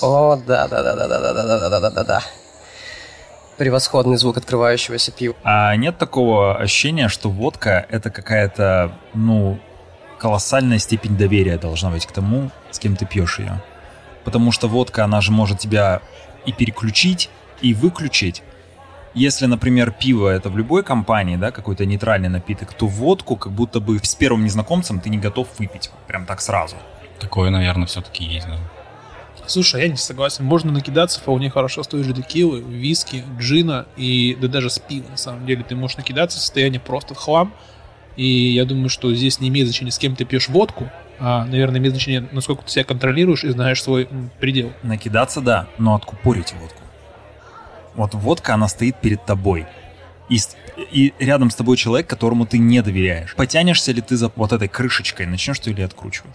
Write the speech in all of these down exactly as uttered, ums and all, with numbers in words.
О, да-да-да-да-да-да-да-да-да-да. Превосходный звук открывающегося пива. А нет такого ощущения, что водка — это какая-то, ну, колоссальная степень доверия должна быть к тому, с кем ты пьешь ее? Потому что водка, она же может тебя и переключить, и выключить. Если, например, пиво — это в любой компании, да, какой-то нейтральный напиток, то водку как будто бы с первым незнакомцем ты не готов выпить прям так сразу. Такое, наверное, все-таки есть, да. Слушай, я не согласен. Можно накидаться вполне хорошо с той же текилы, виски, джина и да даже с пива, на самом деле. Ты можешь накидаться в состояние просто в хлам. И я думаю, что здесь не имеет значения, с кем ты пьешь водку, а, наверное, имеет значение, насколько ты себя контролируешь и знаешь свой м, предел. Накидаться, да, но откупорить водку. Вот водка, она стоит перед тобой. И, и рядом с тобой человек, которому ты не доверяешь. Потянешься ли ты за вот этой крышечкой, начнешь ты ли откручивать?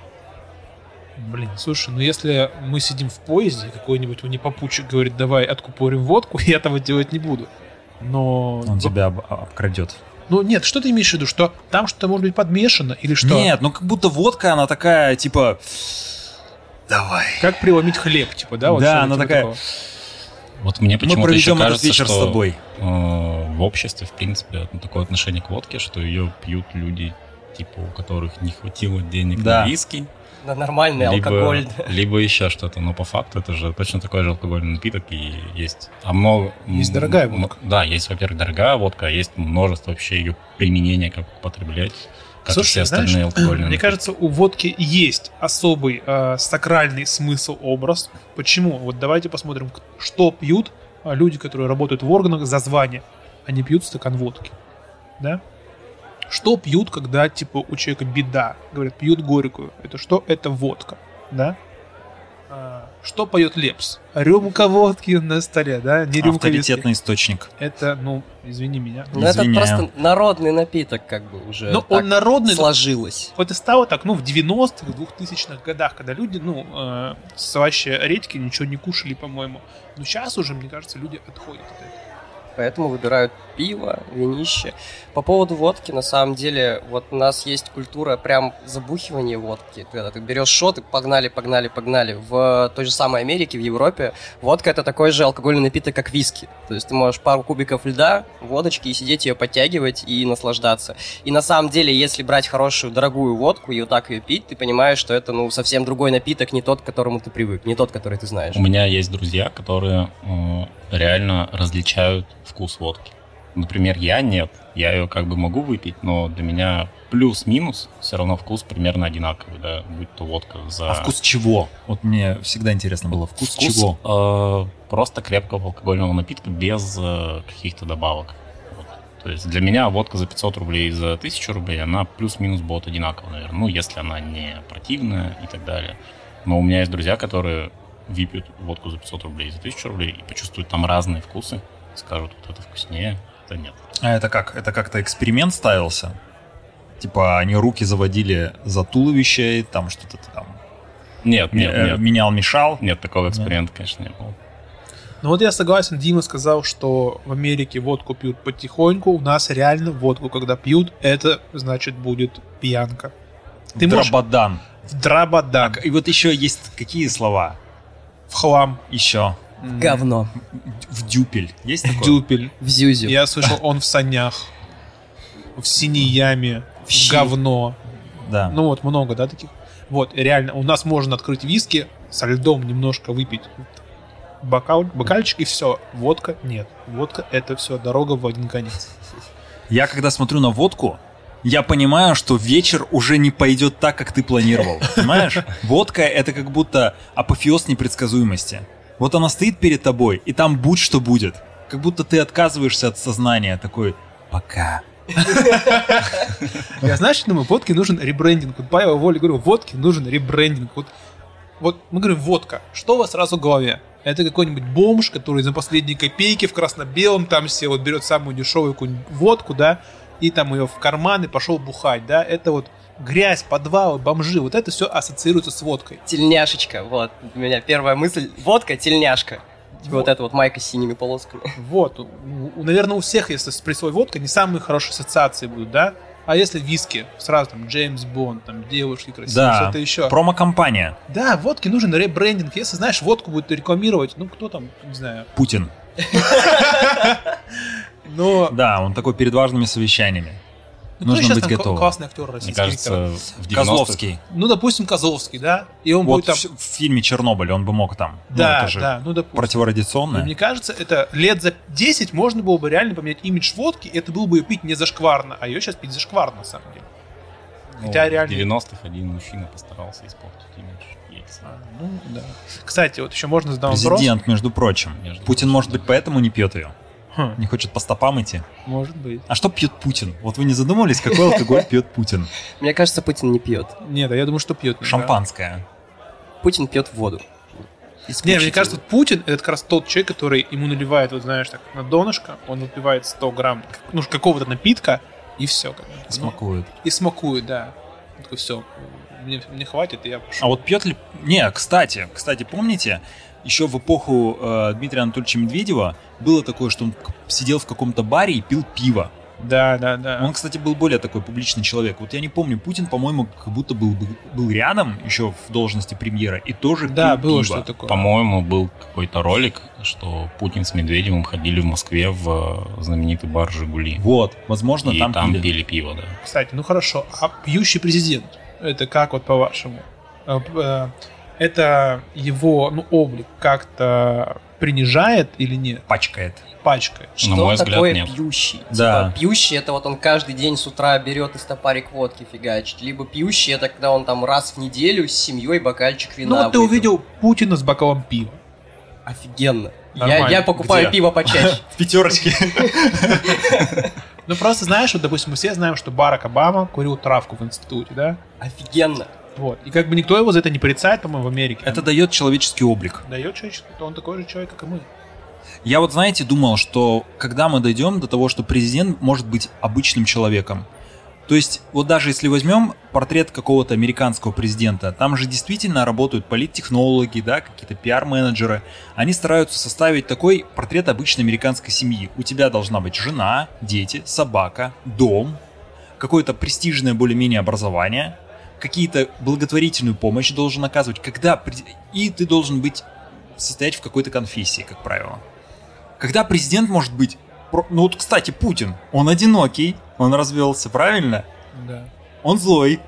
Блин, слушай, ну если мы сидим в поезде, какой-нибудь мне попутчик говорит, давай откупорим водку, я этого делать не буду. Но... Он тебя об- обкрадет. Ну нет, что ты имеешь в виду? Что там что-то может быть подмешано или что? Нет, ну как будто водка, она такая, типа... Давай. Как преломить хлеб, типа, да? Вот да, она такая... Такого. Вот мне почему-то еще кажется, вечер что с тобой. Э, в обществе, в принципе, ну, такое отношение к водке, что ее пьют люди, типа, у которых не хватило денег да. на виски. На нормальный либо, алкоголь. Либо еще что-то. Но по факту это же точно такой же алкогольный напиток. И есть... А много, есть дорогая водка. Да, есть, во-первых, дорогая водка, а есть множество вообще ее применения, как употреблять. Как Слушай, все остальные знаешь, алкогольные мне напитки. кажется, у водки есть особый э, сакральный смысл, образ. Почему? Вот давайте посмотрим, что пьют люди, которые работают в органах за звание. Они пьют стакан водки. Да? Что пьют, когда, типа, у человека беда? Говорят, пьют горькую. Это что? Это водка. Да? А, что поет Лепс? Рюмка водки на столе, да? Не рюмка Авторитетный виски. источник. Это, ну, извини меня. Ну, это Извиняю. просто народный напиток, как бы, уже Ну, так он народный, сложилось. вот и стало так, ну, в девяностых, двухтысячных годах, когда люди, ну, э, слаще редьки ничего не кушали, по-моему. Но сейчас уже, мне кажется, люди отходят от этого. Поэтому выбирают пиво, винище. По поводу водки, на самом деле, вот у нас есть культура прям забухивания водки. Когда ты берешь шот и погнали, погнали, погнали. В той же самой Америке, в Европе, водка — это такой же алкогольный напиток, как виски. То есть ты можешь пару кубиков льда, водочки, и сидеть ее подтягивать и наслаждаться. И на самом деле, если брать хорошую, дорогую водку и вот так ее пить, ты понимаешь, что это, ну, совсем другой напиток, не тот, к которому ты привык, не тот, который ты знаешь. У меня есть друзья, которые э, реально различают вкус водки. Например, я нет. Я ее как бы могу выпить, но для меня плюс-минус все равно вкус примерно одинаковый, да, будь то водка за... А вкус чего? Вот мне всегда интересно было. Вкус, Вкус чего? э, просто крепкого алкогольного напитка без э, каких-то добавок. Вот. То есть для меня водка за пятьсот рублей и за тысячу рублей, она плюс-минус будет одинаковая, наверное. Ну, если она не противная и так далее. Но у меня есть друзья, которые выпьют водку за пятьсот рублей и за тысячу рублей и почувствуют там разные вкусы. Скажут, вот это вкуснее, это нет. А это как? Это как-то эксперимент ставился? Типа они руки заводили за туловище, и там что-то там... Нет, нет, э, нет. Менял, мешал? Нет, такого эксперимента, конечно, не было. Ну вот я согласен, Дима сказал, что в Америке водку пьют потихоньку. У нас реально водку, когда пьют, это значит будет пьянка. Ты можешь... Драбадан. В драбадан. И вот еще есть какие слова? В хлам. Еще. Говно. В дюпель. Есть такое? Дюпель. В зюзю. Я слышал, он в санях. В синей яме. В щи. говно. Да. Ну вот, много, да, таких? Вот, реально, у нас можно открыть виски, со льдом немножко выпить бокал, бокальчик, и все. Водка нет. Водка — это все, дорога в один конец. Я когда смотрю на водку, я понимаю, что вечер уже не пойдет так, как ты планировал. Понимаешь? Водка — это как будто апофеоз непредсказуемости. Вот она стоит перед тобой, и там будь что будет. Как будто ты отказываешься от сознания, такой «пока». Я, знаешь, думаю, водке нужен ребрендинг. Вот по его воле говорю, водке нужен ребрендинг. Вот, вот мы говорим водка. Что у вас сразу в голове? Это какой-нибудь бомж, который за последние копейки в красно-белом там все вот берет самую дешевую какую-нибудь водку, да, и там ее в карман и пошел бухать, да. Это вот грязь, подвалы, бомжи. Вот это все ассоциируется с водкой. Тельняшечка, вот. У меня первая мысль. Водка, тельняшка. Типа вот, вот эта вот майка с синими полосками. Вот. У, у, наверное, у всех, если присвоить водка, не самые хорошие ассоциации будут, да? А если виски, сразу там Джеймс Бонд, там девушки красивые, Да, что-то еще. промо-компания. Да, водке нужен ребрендинг. Если, знаешь, водку будет рекламировать, ну, кто там, не знаю. Путин. Но... Да, он такой перед важными совещаниями. Ну, Нужно кто быть сейчас там готовым. классный актер российский? Мне кажется, в девяностых... Козловский. Ну, допустим, Козловский, да? И он Вот будет там... в, в фильме «Чернобыль» он бы мог там. Да, ну, это же да, ну, допустим. противорадиационное. И мне кажется, это лет за десять можно было бы реально поменять имидж водки, и это было бы ее пить не зашкварно, а ее сейчас пить зашкварно, на самом деле. Ну, Хотя реально... В девяностых один мужчина постарался испортить имидж Ельцина. А, ну, да. Кстати, вот еще можно задать вопрос. Президент, между прочим. Между Путин, прочим, может да. быть, поэтому не пьет ее. Хм, Не хочет по стопам идти. может быть. А что пьет Путин? Вот вы не задумывались, какой алкоголь пьет Путин? Мне кажется, Путин не пьет. Нет, а я думаю, что пьет. Шампанское. Путин пьет воду. Не, мне кажется, вот Путин это как раз тот человек, который ему наливает, вот знаешь, так на донышко, он выпивает сто грамм ну, какого-то напитка, и все. Как бы. Ну, Смакует. и смакует, да. Он такой, все, мне, мне хватит, и я пошел. А вот пьет ли... Не, кстати, кстати, помните, еще в эпоху э, Дмитрия Анатольевича Медведева было такое, что он к- сидел в каком-то баре и пил пиво. Да, да, да. Он, кстати, был более такой публичный человек. Вот я не помню, Путин, по-моему, как будто был, был рядом еще в должности премьера и тоже да, пил было пиво. что-то такое. По-моему, был какой-то ролик, что Путин с Медведевым ходили в Москве в знаменитый бар «Жигули». Вот, возможно, И там, там, пили. пили пиво, да. Кстати, ну хорошо, а пьющий президент, это как вот по-вашему? Э, э, Это его, ну, облик как-то принижает или нет? Пачкает. Пачкает. Что На мой взгляд, такое нет. пьющий? Да. Типа, пьющий это вот он каждый день с утра берет и стопарик водки фигачит. Либо пьющий это когда он там раз в неделю с семьей бокальчик вина Ну вот ты выпил. увидел Путина с бокалом пива. Офигенно. Я, Нормально. я покупаю Где? пиво почаще. В пятерочке. Ну просто знаешь, вот, допустим, мы все знаем, что Барак Обама курил травку в институте, да? Офигенно. Вот. И как бы никто его за это не порицает, по-моему, в Америке. Это дает человеческий облик. дает человечество, то он такой же человек, как и мы. Я вот, знаете, думал, что когда мы дойдем до того, что президент может быть обычным человеком, то есть вот даже если возьмем портрет какого-то американского президента, там же действительно работают политтехнологи, да, какие-то пиар-менеджеры, они стараются составить такой портрет обычной американской семьи. У тебя должна быть жена, дети, собака, дом, какое-то престижное более-менее образование, какие-то благотворительную помощь должен оказывать, когда през- и ты должен быть состоять в какой-то конфессии, как правило. Когда президент может быть... про- Ну вот, кстати, Путин, он одинокий, он развелся, правильно? Да. Он злой.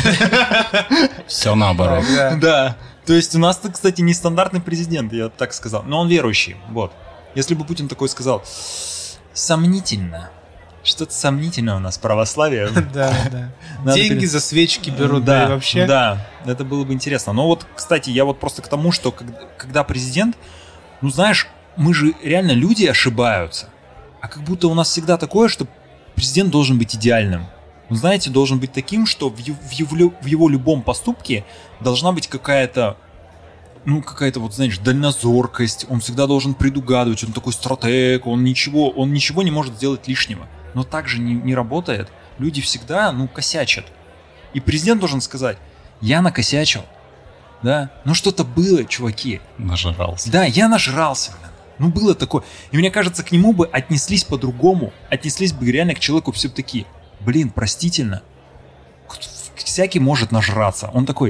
Все наоборот. Да. Да. То есть у нас, кстати, нестандартный президент, я так сказал. Но он верующий, вот. Если бы Путин такой сказал, сомнительно. Что-то сомнительное у нас православие. Да, да. Надо Деньги пере- за свечки берут, да, и вообще. Да, это было бы интересно. Но вот, кстати, я вот просто к тому, что когда, когда президент, ну знаешь, мы же реально люди ошибаются. А как будто у нас всегда такое, что президент должен быть идеальным. Ну, знаете, должен быть таким, что в, ев- в, его, в его любом поступке должна быть какая-то, ну, какая-то, вот, знаешь, дальнозоркость. Он всегда должен предугадывать, он такой стратег, он ничего, он ничего не может сделать лишнего. Но так же не, не работает. Люди всегда, ну, косячат. И президент должен сказать, я накосячил. Да, ну что-то было, чуваки. Нажрался. Да, я нажрался. блин. Ну, было такое. И мне кажется, к нему бы отнеслись по-другому. Отнеслись бы реально к человеку все такие. Блин, простительно. Кто- Всякий может нажраться. Он такой,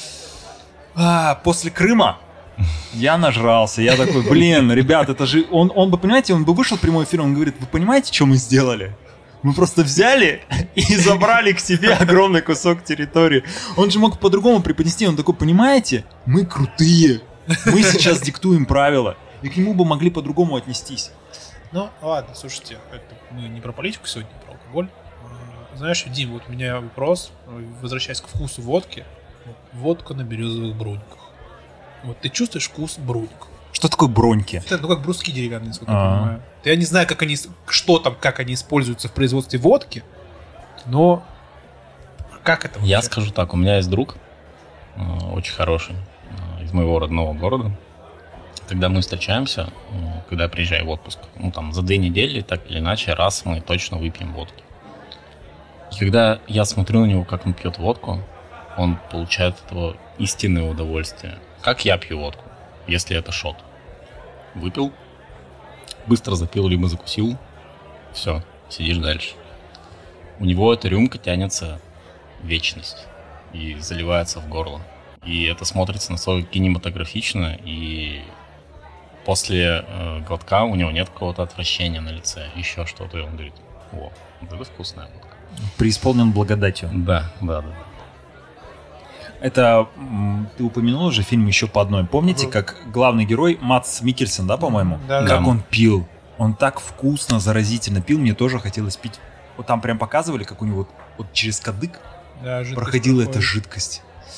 а, после Крыма я нажрался. Я такой, блин, ребят, это же... Он, он бы, понимаете, он бы вышел в прямой эфир, он говорит, вы понимаете, что мы сделали? Мы просто взяли и забрали к себе огромный кусок территории. Он же мог по-другому преподнести. Он такой, понимаете, мы крутые. Мы сейчас диктуем правила. И к нему бы могли по-другому отнестись. Ну, ладно, слушайте, это мы не про политику сегодня, а про алкоголь. А, Знаешь, Дим, вот у меня вопрос, возвращаясь к вкусу водки. Водка на березовых бруниках. Вот ты чувствуешь вкус бруников? Что такое броньки? Это, ну, как бруски деревянные, насколько я А. понимаю. Я не знаю, как они, что там, как они используются в производстве водки, но как это Я вообще? скажу так, у меня есть друг, э, очень хороший, э, из моего родного города. Когда мы встречаемся, э, когда я приезжаю в отпуск, ну там за две недели, так или иначе, раз мы точно выпьем водки. И когда я смотрю на него, как он пьет водку, он получает от этого истинное удовольствие. Как я пью водку, если это шот. Выпил, быстро запил, либо закусил, все, сидишь дальше. у него эта рюмка тянется в вечность и заливается в горло. И это смотрится настолько кинематографично, и после э, глотка у него нет какого-то отвращения на лице, еще что-то, и он говорит: о, вот это вкусная водка. Преисполнен благодатью. Да, да, да. Это, м, ты упомянул уже фильм еще по одной. Помните, Мгм. как главный герой Мадс Миккельсен, да, по-моему? Да, Как да. он пил. Он так вкусно, заразительно пил, мне тоже хотелось пить. Вот там прям показывали, как у него вот через кадык Да, жидкость проходила эта проходит. жидкость.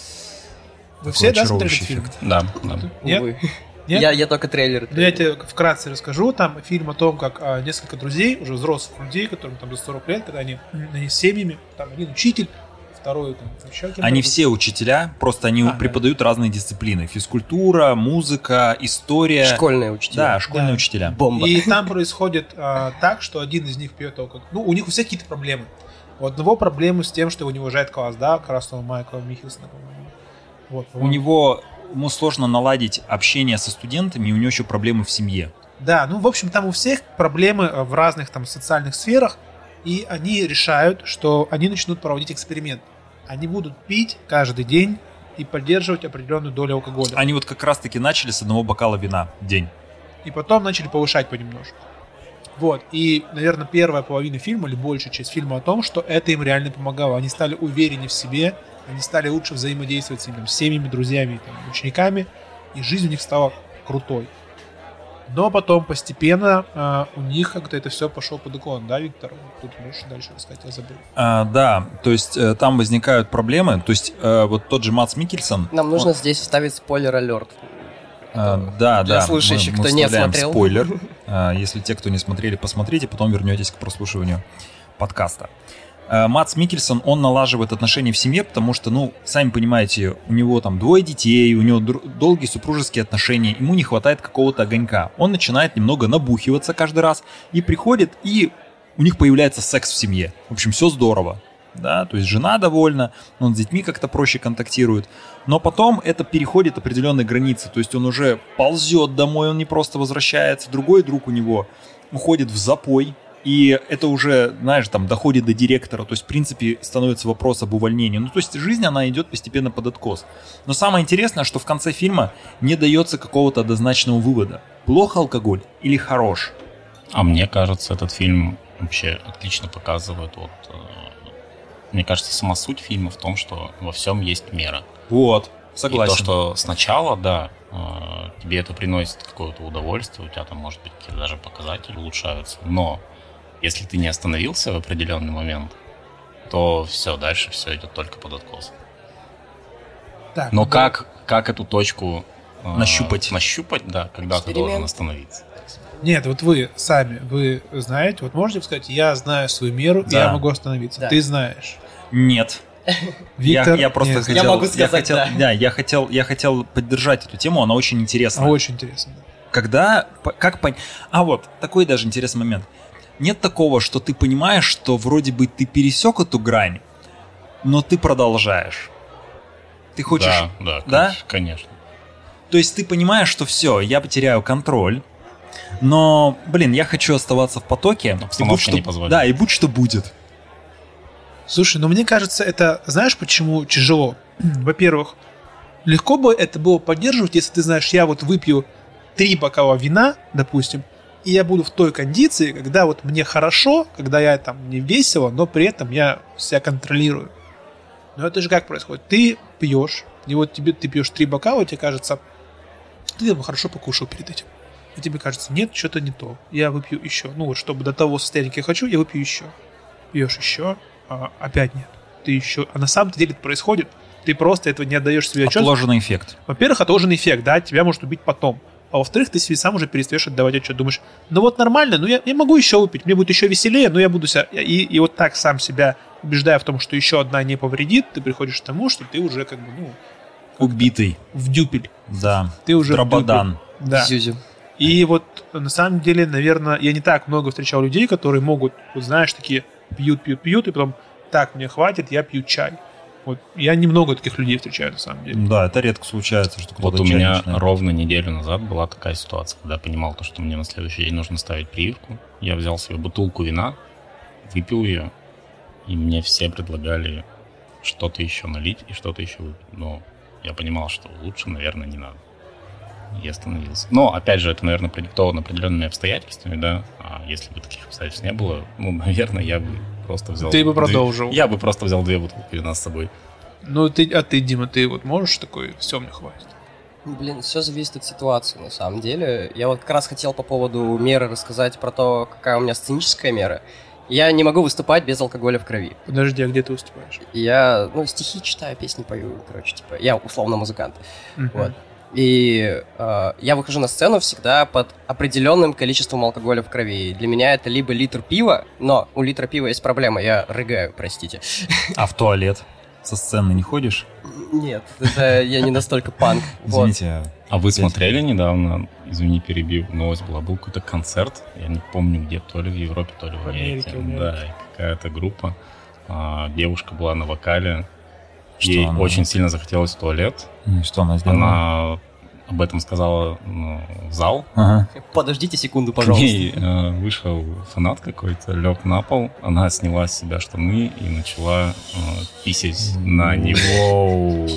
Вы Такой все, да, смотрели очаровывающий этот фильм? эффект. Да, да. Нет? Увы. Нет? Я, я только трейлер. Ну, я тебе вкратце расскажу. Там фильм о том, как а, несколько друзей, уже взрослых людей, которым там за сорок лет, когда они, они с семьями, там один учитель, второй там еще кем-то. Они все учителя, просто они А, да. преподают разные дисциплины. Физкультура, музыка, история. Школьные учителя. Да, школьные Да. учителя. Бомба. И там происходит а, так, что один из них пьет алкоголь. Ну, у них у всех какие-то проблемы. У одного проблемы с тем, что его не уважает класс, да, красного Майкла Михельсона, по-моему. Вот, У по-моему. него, ему сложно наладить общение со студентами, и у него еще проблемы в семье. Да, ну, в общем, там у всех проблемы э, в разных там социальных сферах, и они решают, что они начнут проводить эксперимент. Они будут пить каждый день и поддерживать определенную долю алкоголя. Они вот как раз-таки начали с одного бокала вина в день. И потом начали повышать понемножку. Вот, и, наверное, первая половина фильма, или большая часть фильма о том, что это им реально помогало. Они стали увереннее в себе, они стали лучше взаимодействовать с, там, с семьями, друзьями, там, учениками, и жизнь у них стала крутой. Но потом постепенно э, у них как-то это все пошло под уклон, да, Виктор? Тут можешь дальше рассказать, я забыл. А, да, то есть э, там возникают проблемы. То есть э, вот тот же Мадс Миккельсон. Нам нужно он- здесь вставить спойлер-алерт. А, да, Для да. слушающих, мы- мы кто не вставляем смотрел. Спойлер. А, Если те, кто не смотрели, посмотрите, потом вернетесь к прослушиванию подкаста. А, Мадс Миккельсон, он налаживает отношения в семье, потому что, ну, сами понимаете, у него там двое детей, у него др- долгие супружеские отношения, ему не хватает какого-то огонька. Он начинает немного набухиваться каждый раз и приходит, и у них появляется секс в семье. В общем, все здорово. Да, то есть жена довольна, он с детьми как-то проще контактирует. Но потом это переходит определенные границы. То есть он уже ползет домой, он не просто возвращается. Другой друг у него уходит в запой. И это уже, знаешь, там доходит до директора. То есть, в принципе, становится вопрос об увольнении. Ну, то есть жизнь, она идет постепенно под откос. Но самое интересное, что в конце фильма не дается какого-то однозначного вывода. Плохо алкоголь или хорош? А мне кажется, этот фильм вообще отлично показывает вот... э, Мне кажется, сама суть фильма в том, что во всем есть мера. Вот, И согласен. то, что сначала, да, э, тебе это приносит какое-то удовольствие, у тебя там, может быть, какие-то даже показатели улучшаются, но если ты не остановился в определенный момент, то все, дальше все идет только под откос. Так, Но да. как, как эту точку э, Нащупать. Нащупать, да, когда ты Эксперимент. должен остановиться. Нет, вот вы сами, вы знаете, вот можете сказать, я знаю свою меру, и Да. я могу остановиться. Да. Ты знаешь. Нет. Виктор, я, я просто нет. хотел, Я могу сказать, хотел, да. я хотел, я хотел поддержать эту тему, она очень А, интересная. очень интересно. да. Когда, по- как понять? А вот такой даже интересный момент. Нет такого, что ты понимаешь, что вроде бы ты пересек эту грань, но ты продолжаешь. Ты хочешь, Да, да, да? конечно. то есть ты понимаешь, что все, я потеряю контроль, но, блин, я хочу оставаться в потоке. и Обстановка будь, что, не позволяет. да, и будь что будет. Слушай, ну мне кажется, это, знаешь, почему тяжело? Во-первых, легко бы это было поддерживать, если ты знаешь, я вот выпью три бокала вина, допустим, и я буду в той кондиции, когда вот мне хорошо, когда я там мне весело, но при этом я себя контролирую. Но это же как происходит? Ты пьешь, и вот тебе ты пьешь три бокала, тебе кажется, ты там хорошо покушал перед этим. И тебе кажется, нет, что-то не то. Я выпью еще. Ну вот, чтобы до того состояния, как я хочу, я выпью еще. Пьешь еще, а опять нет. Ты еще. А на самом деле это происходит. Ты просто этого не отдаешь себе отчет. Отложенный эффект. Во-первых, отложенный эффект, да, тебя может убить потом. А во-вторых, ты себе сам уже перестаешь отдавать отчет. Думаешь, ну вот нормально, ну я, я могу еще выпить, мне будет еще веселее, но я буду себя... И, и вот так сам себя убеждая в том, что еще одна не повредит, ты приходишь к тому, что ты уже как бы, ну, Убитый. в дюпель. Да. Ты уже в Дрободан. дюпель. Да. Зюзю. И вот на самом деле, наверное, я не так много встречал людей, которые могут, вот знаешь, такие пьют, пьют, пьют, и потом, так, мне хватит, я пью чай. Вот я немного таких людей встречаю, на самом деле. Да, это редко случается, что кто-то Вот у чай меня начинает. ровно неделю назад была такая ситуация, когда я понимал, то, что мне на следующий день нужно ставить прививку. Я взял себе бутылку вина, выпил ее, и мне все предлагали что-то еще налить и что-то еще выпить. Но я понимал, что лучше, наверное, не надо. Я остановился. Но, опять же, это, наверное, продиктовано определенными обстоятельствами, да. А если бы таких обстоятельств не было, ну, наверное, я бы просто взял... Ты бы две... продолжил. Я бы просто взял две бутылки вина с собой. Ну, ты, а ты, Дима, ты вот можешь такой, все, мне хватит? Блин, все зависит от ситуации, на самом деле. Я вот как раз хотел по поводу меры рассказать про то, какая у меня сценическая мера. Я не могу выступать без алкоголя в крови. Подожди, а где ты выступаешь? Я, ну, стихи читаю, песни пою, короче, типа, я условно музыкант. Uh-huh. Вот. И э, я выхожу на сцену всегда под определенным количеством алкоголя в крови. И для меня это либо литр пива, но у литра пива есть проблема, я рыгаю, простите. А в туалет со сцены не ходишь? Нет, это я не настолько панк. Вот. Извините. А вы смотрели недавно, извини, перебью, новость была, был какой-то концерт, я не помню где, то ли в Европе, то ли в Америке. В Америке, да, и какая-то группа, а, девушка была на вокале, Что ей она? очень сильно захотелось в туалет, Ну, что она сделала? она об этом сказала, ну, в зал. Ага. Подождите секунду, К пожалуйста. ней э, вышел фанат какой-то, лег на пол, она сняла с себя штаны и начала э, писать на него.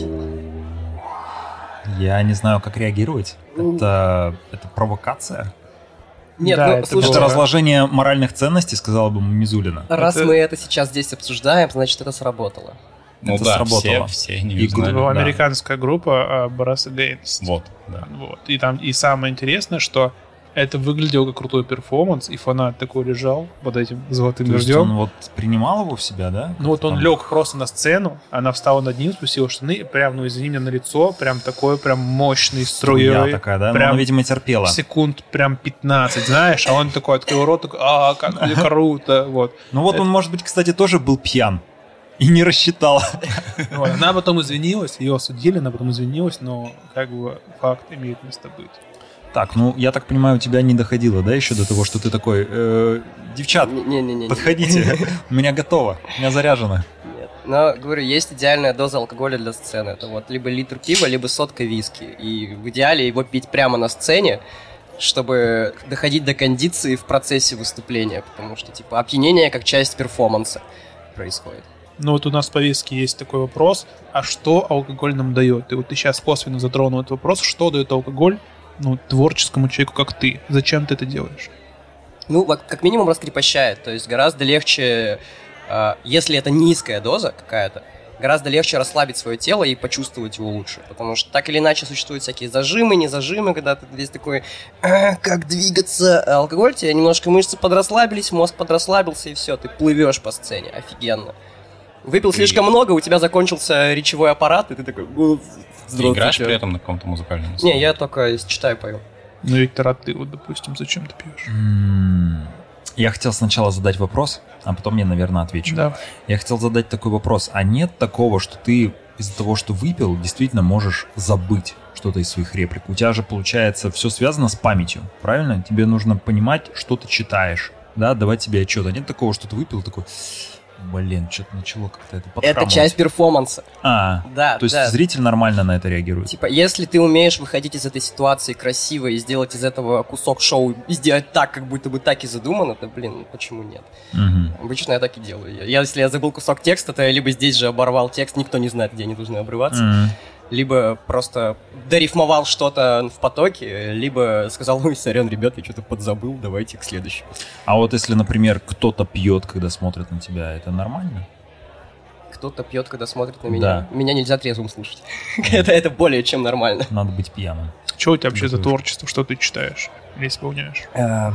Я не знаю, как реагировать. Это, это провокация? Нет, Да, ну, это слушай, Это было- разложение моральных ценностей, сказала бы Мизулина. раз Это- мы это сейчас здесь обсуждаем, значит, это сработало. Ну Это да, сработало. все, все не И узнали. группа Да. Американская группа uh, Brass Against. Вот, да. Вот. И там и самое интересное, что это выглядело как крутой перформанс, и фанат такой лежал под этим золотым То есть дождем. он вот принимал его в себя, да? Ну вот он Там. лег просто на сцену, она встала над ним, спустила штаны, и прям, ну извини меня, на лицо, прям такой прям мощный Струя струей. такая, да? Но Прям она, видимо, терпела. секунд прям пятнадцать, знаешь, а он такой открыл рот, такой, а, как круто, вот. Ну вот он, может быть, кстати, тоже был пьян и не рассчитал. Вот. Она потом извинилась, ее осудили, она потом извинилась, но как бы факт имеет место быть. Так, ну, я так понимаю, у тебя не доходило, да, еще до того, что ты такой, э, девчат, Не-не-не. подходите, у меня готово, у меня заряжено. Нет. Но, говорю, есть идеальная доза алкоголя для сцены. Это вот либо литр пива, либо сотка виски. И в идеале его пить прямо на сцене, чтобы доходить до кондиции в процессе выступления. Потому что, типа, опьянение как часть перформанса происходит. Ну вот у нас в повестке есть такой вопрос, а что алкоголь нам дает? И вот ты сейчас косвенно затронул этот вопрос, что дает алкоголь, ну, творческому человеку, как ты? Зачем ты это делаешь? Ну, вот, как минимум раскрепощает. То есть гораздо легче, э, если это низкая доза какая-то, гораздо легче расслабить свое тело и почувствовать его лучше. Потому что так или иначе существуют всякие зажимы, не зажимы, когда ты весь такой, «А, как двигаться. А алкоголь, тебе немножко мышцы подрасслабились, мозг подрасслабился, и все, ты плывешь по сцене. Офигенно. Выпил слишком много, у тебя закончился речевой аппарат, и ты такой... «Ну, Ты здравствуйте». играешь при этом на каком-то музыкальном инструменте? Не, я только читаю, пою. Ну, Виктор, а ты вот, допустим, зачем ты пьешь? М, Я хотел сначала задать вопрос, а потом я, наверное, отвечу. Да. Я хотел задать такой вопрос. А нет такого, что ты из-за того, что выпил, действительно можешь забыть что-то из своих реплик? У тебя же, получается, все связано с памятью, правильно? Тебе нужно понимать, что ты читаешь, да, давать себе отчет. А нет такого, что ты выпил, такой, блин, что-то начало как-то это Это подхрамывать. часть перформанса. А, Да, то есть да. зритель нормально на это реагирует? Типа, если ты умеешь выходить из этой ситуации красиво и сделать из этого кусок шоу, и сделать так, как будто бы так и задумано, то, блин, почему нет? Мгм. Обычно я так и делаю. Я, я- если я забыл кусок текста, то я либо здесь же оборвал текст, никто не знает, где они должны обрываться, Мгм. либо просто дорифмовал что-то в потоке, либо сказал, ой, сорян, ребят, я что-то подзабыл, давайте к следующему. А вот если, например, кто-то пьет, когда смотрит на тебя, это нормально? Кто-то пьет, когда смотрит на меня. Да. Меня нельзя трезвым слушать. это, это более чем нормально. Надо быть пьяным. Что у тебя вообще за Готовишь. творчество? Что ты читаешь или исполняешь? Э,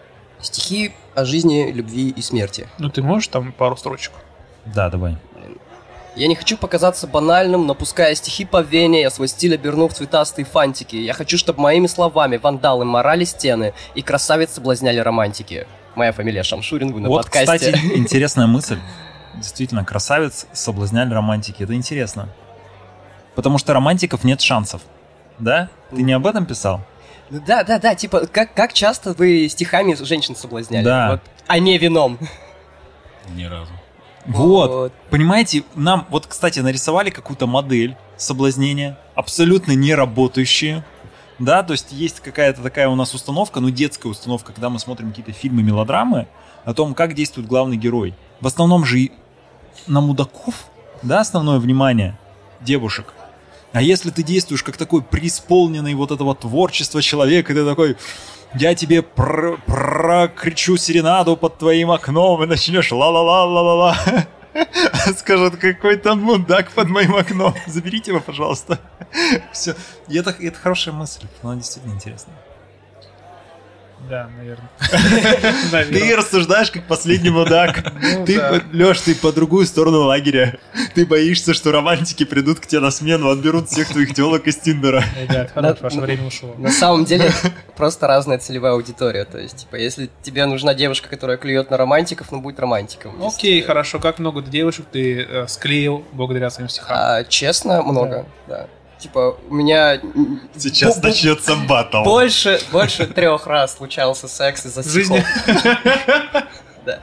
Стихи о жизни, любви и смерти. Ну, ты можешь там пару строчек? Да, давай. Я не хочу показаться банальным, но пуская стихи по вене, я свой стиль оберну в цветастые фантики. Я хочу, чтобы моими словами вандалы морали стены и красавиц соблазняли романтики. Моя фамилия Шамшурин, вы на Вот, подкасте. кстати, интересная мысль. Действительно, красавец соблазняли романтики. Это интересно. Потому что романтиков нет шансов. Да? Ты не об этом писал? Ну да, да, да, типа, как, как часто вы стихами женщин соблазняли? Да. Вот, а не вином. Ни разу. Вот. Понимаете, нам вот, кстати, нарисовали какую-то модель соблазнения, абсолютно не работающую. Да, то есть есть какая-то такая у нас установка, ну детская установка, когда мы смотрим какие-то фильмы, мелодрамы, о том, как действует главный герой. В основном же и на мудаков, да, основное внимание девушек. А если ты действуешь как такой преисполненный вот этого творчества человек, и ты такой, я тебе пр- прокричу серенаду под твоим окном, и начнешь ла-ла-ла-ла-ла-ла. Скажет, какой-то мудак под моим окном. Заберите его, пожалуйста. Все. И это, это хорошая мысль. Она действительно интересная. Да, наверное. Ты рассуждаешь как последний мудак. Ты, Лёш, ты по другую сторону лагеря. Ты боишься, что романтики придут к тебе на смену, отберут всех твоих телок из Тиндера. Ребят, хорошо, ваше время ушло. На самом деле, просто разная целевая аудитория. То есть, типа, если тебе нужна девушка, которая клюет на романтиков, ну, будь романтиком. Окей, если... хорошо. Как много девушек ты э, склеил благодаря своим стихам? А, честно, много, да. да. Типа, у меня... Сейчас б- начнется баттл. Больше, больше трех раз случался секс из-за стихов. Да.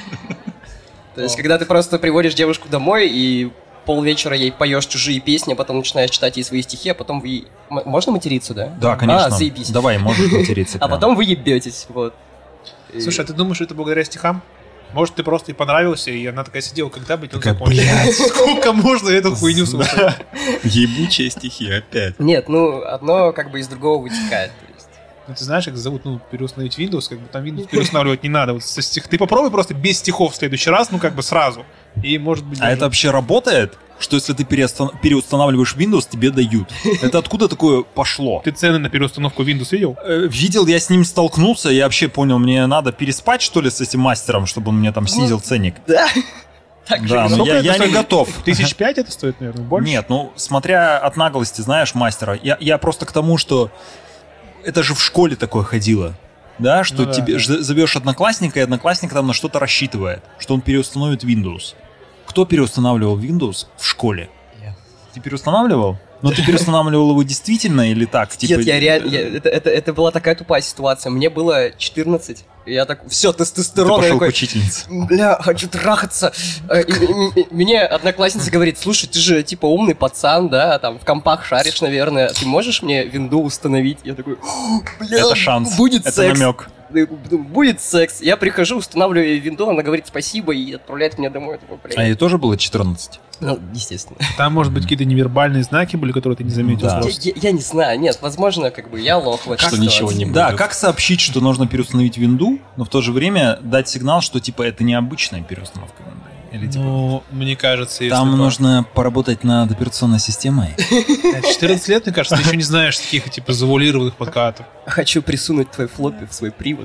То есть, когда ты просто приводишь девушку домой и полвечера ей поешь чужие песни, а потом начинаешь читать ей свои стихи, а потом вы... Можно материться, да? Да, конечно. А, заебись. Давай, можешь материться. А потом вы ебетесь, вот. Слушай, а ты думаешь, что это благодаря стихам? Может, ты просто ей понравился, и она такая сидела, когда бы он такая, закончил? Блядь, сколько можно эту хуйню слушать? Ебучие стихи опять. Нет, ну, одно как бы из другого вытекает. Ну, ты знаешь, как зовут, ну, переустановить Windows, как бы там Windows переустанавливать не надо. Вот со стих... Ты попробуй просто без стихов в следующий раз, ну, как бы сразу. И, может быть... А даже... это вообще работает? Что если ты переустан... переустанавливаешь Windows, тебе дают? Это откуда такое пошло? Ты цены на переустановку Windows видел? Э, видел, я с ним столкнулся, я вообще понял, мне надо переспать, что ли, с этим мастером, чтобы он мне там снизил ну, ценник. Да. Так да, но я, я не готов. Тысяч пять это стоит, наверное, больше? Нет, ну, смотря от наглости, знаешь, мастера. Я, я просто к тому, что это же в школе такое ходило. Да, что ну, да, тебе да. зовешь одноклассника, и одноклассник там на что-то рассчитывает, что он переустановит Windows. Кто переустанавливал Windows в школе? Я. Ты переустанавливал? Но ты переустанавливал его действительно или так? Нет, типа... я реально... Я, это, это, это была такая тупая ситуация. Мне было четырнадцать, и я так... Все, тестостерон. Ты пошел такой, к учительнице. Бля, хочу трахаться. Мне одноклассница говорит, слушай, ты же типа умный пацан, да, там в компах шаришь, наверное. Ты можешь мне винду установить? Я такой, бля, это шанс. Будет это секс. намек. Будет секс. Я прихожу, устанавливаю винду, она говорит спасибо и отправляет меня домой. Такой, а ей тоже было четырнадцать? Ну, естественно. Там, может быть, какие-то невербальные знаки были, которые ты не заметил. Да. Я, я, я не знаю, нет, возможно, как бы я лох в этой что ситуации. Ничего не будет. Да, как сообщить, что нужно переустановить винду, но в то же время дать сигнал, что типа это необычная переустановка винды? Или, типа, ну, мне кажется... Там нужно по... поработать над операционной системой. четырнадцать лет, мне кажется, ты еще не знаешь таких типа завуалированных подкатов. Хочу присунуть твой флоппи в свой привод.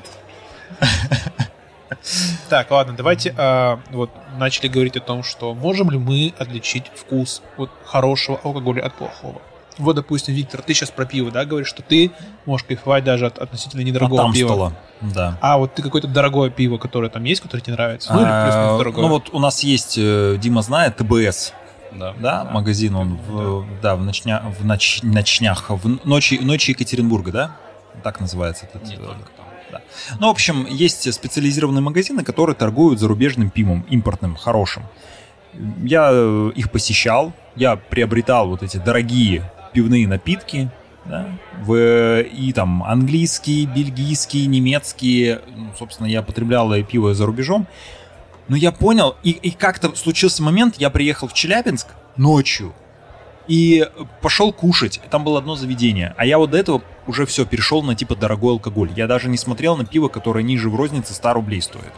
Так, ладно, давайте а, вот начали говорить о том, что можем ли мы отличить вкус вот хорошего алкоголя от плохого. Вот, допустим, Виктор, ты сейчас про пиво, да, говоришь, что ты можешь кайфовать даже от относительно недорогого от пива. Да. А вот ты какое-то дорогое пиво, которое там есть, которое тебе нравится? Ну, или плюс-минус дорогое? Ну, вот у нас есть, Дима знает, ТБС. Да, да, да, магазин, он в, да. Да, в, ночня, в ноч, ночнях, в ночи, ночи Екатеринбурга, да? Так называется этот. Не только там. Да. Ну, в общем, есть специализированные магазины, которые торгуют зарубежным пивом, импортным, хорошим. Я их посещал, я приобретал вот эти дорогие пивные напитки, да, в, и там английские, бельгийские, немецкие, ну, собственно, я потреблял пиво за рубежом. Но я понял, и, и как-то случился момент, я приехал в Челябинск ночью и пошел кушать. Там было одно заведение. А я вот до этого уже все, перешел на типа дорогой алкоголь. Я даже не смотрел на пиво, которое ниже в рознице ста рублей стоит.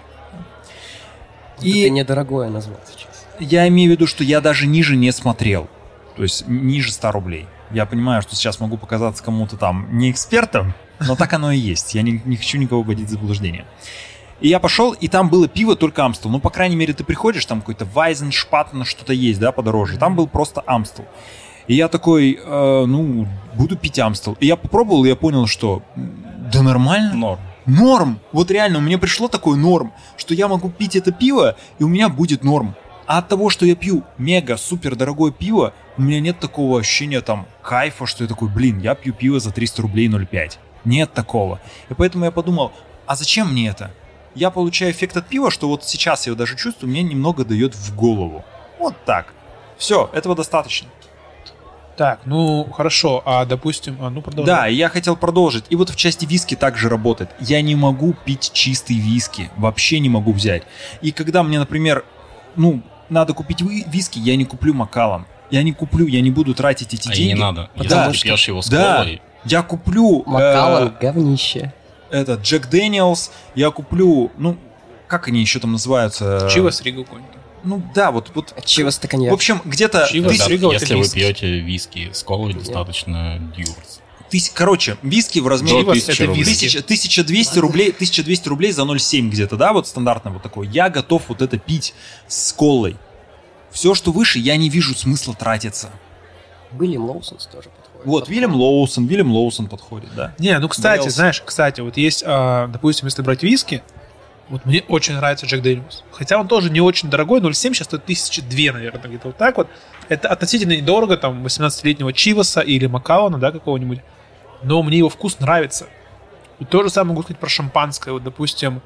И ты недорогое назвал сейчас. Я имею в виду, что я даже ниже не смотрел. То есть ниже ста рублей. Я понимаю, что сейчас могу показаться кому-то там не экспертом, но так оно и есть. Я не, не хочу никого вводить в заблуждение. И я пошел, и там было пиво только Амстел. Ну, по крайней мере, ты приходишь, там какой-то Вайзеншпатен, что-то есть, да, подороже. Там был просто Амстел. И я такой, э, ну, буду пить Амстел. И я попробовал, и я понял, что да нормально. Норм. Норм. Вот реально, мне пришло такой норм, что я могу пить это пиво, и у меня будет норм. А от того, что я пью мега-супер дорогое пиво, у меня нет такого ощущения там кайфа, что я такой, блин, я пью пиво за триста рублей ноль пять. Нет такого. И поэтому я подумал, а зачем мне это? Я получаю эффект от пива, что вот сейчас я его даже чувствую, мне немного дает в голову. Вот так. Все, этого достаточно. Так, ну хорошо, а допустим, а, ну продолжай. Да, я хотел продолжить. И вот в части виски также работает. Я не могу пить чистый виски, вообще не могу взять. И когда мне, например, ну, надо купить виски, я не куплю Макаллан. Я не куплю, я не буду тратить эти а деньги. А не надо. Если да, ты что... пьешь его с да, колой... я куплю... Макаллан, э, говнище. Этот, Джек Дэниелс, я куплю, ну, как они еще там называются? Чивас Ригл какой-нибудь. Ну, да, вот... вот Чивас-то коньяк. В общем, где-то... Чивас тысяч, Ригл, если вы виски. пьете виски с колой, достаточно дьюрс. тысяч, короче, виски в размере... Чивас тысячи это рублей. виски. Тысяча- тысяча двести рублей, тысяча двести рублей за ноль целых семь где-то, да, вот стандартно вот такой. Я готов вот это пить с колой. Все, что выше, я не вижу смысла тратиться. Уильям Лоусонс тоже подходит. Вот, Вильям Лоусон, Вильям Лоусон подходит, да. Не, ну, кстати, Дэниелс. знаешь, кстати, вот есть, а, допустим, если брать виски, вот мне очень нравится Джек Дэниелс. Хотя он тоже не очень дорогой, ноль целых семь сейчас стоит тысяча две, наверное, где-то вот так вот. Это относительно недорого, там, восемнадцатилетнего Чиваса или Макаллана, да, какого-нибудь. Но мне его вкус нравится. И то же самое могу сказать про шампанское. Вот, допустим,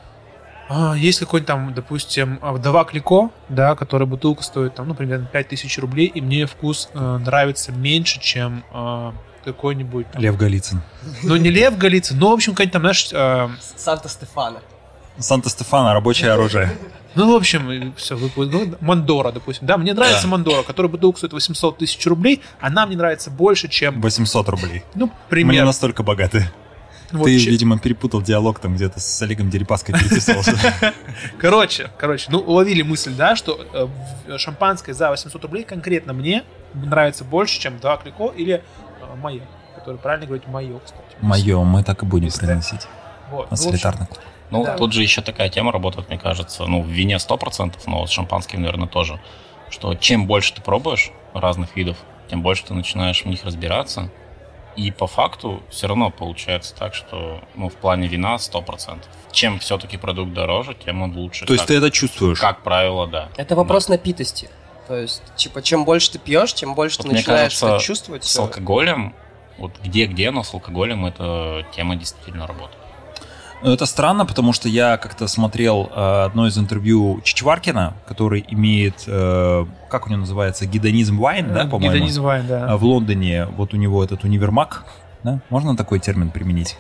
а, есть какой-нибудь там, допустим, Вдова Клико, да, которая бутылка стоит, там, ну, примерно пять тысяч рублей, и мне вкус э, нравится меньше, чем э, какой-нибудь... там- Лев Голицын. Ну, не Лев Голицын, но, в общем, какой-нибудь там, знаешь... э, Санта-Стефано. Санта-Стефано, рабочее оружие. ну, в общем, все, Мандора, допустим. Да, мне нравится Да. Мандора, которая бутылка стоит восемьсот тысяч рублей, она мне нравится больше, чем, восемьсот рублей. ну, Мы не примерно. настолько богаты. Вот Ты, че- видимо, перепутал диалог там где-то с Олегом Дерипаской переписывался. Короче, короче, ну, уловили мысль, да, что э, в- шампанское за восемьсот рублей конкретно мне нравится больше, чем Два Клико или э, Маяк, который правильно говорить Майо, кстати. Мое, мы так и будем приносить. Вот. На Ну, в общем, солитарный. Ну, Да. тут же еще такая тема работает, мне кажется, ну, в вине сто процентов, но вот с шампанским, наверное, тоже, что чем больше ты пробуешь разных видов, тем больше ты начинаешь в них разбираться, и по факту все равно получается так, что, ну, в плане вина сто процентов. Чем все-таки продукт дороже, тем он лучше. То есть как, ты это чувствуешь? как правило, да. Это вопрос напитости. То есть, типа, чем больше ты пьешь, тем больше Вот ты мне начинаешь кажется, это чувствовать. С всё. алкоголем, вот где-где, но с алкоголем эта тема действительно работает. Ну, это странно, потому что я как-то смотрел э, одно из интервью Чичваркина, который имеет, э, как у него называется, гедонизм вайн, да, по-моему? Гедонизм вайн, да. А в Лондоне вот у него этот универмаг, да? Можно такой термин применить?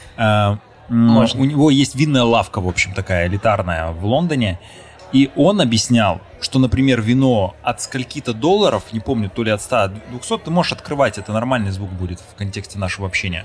А, м, Можно. У него есть винная лавка, в общем, такая элитарная в Лондоне. И он объяснял, что, например, вино от скольки-то долларов, не помню, то ли от ста, двухсот, ты можешь открывать, это нормальный звук будет в контексте нашего общения.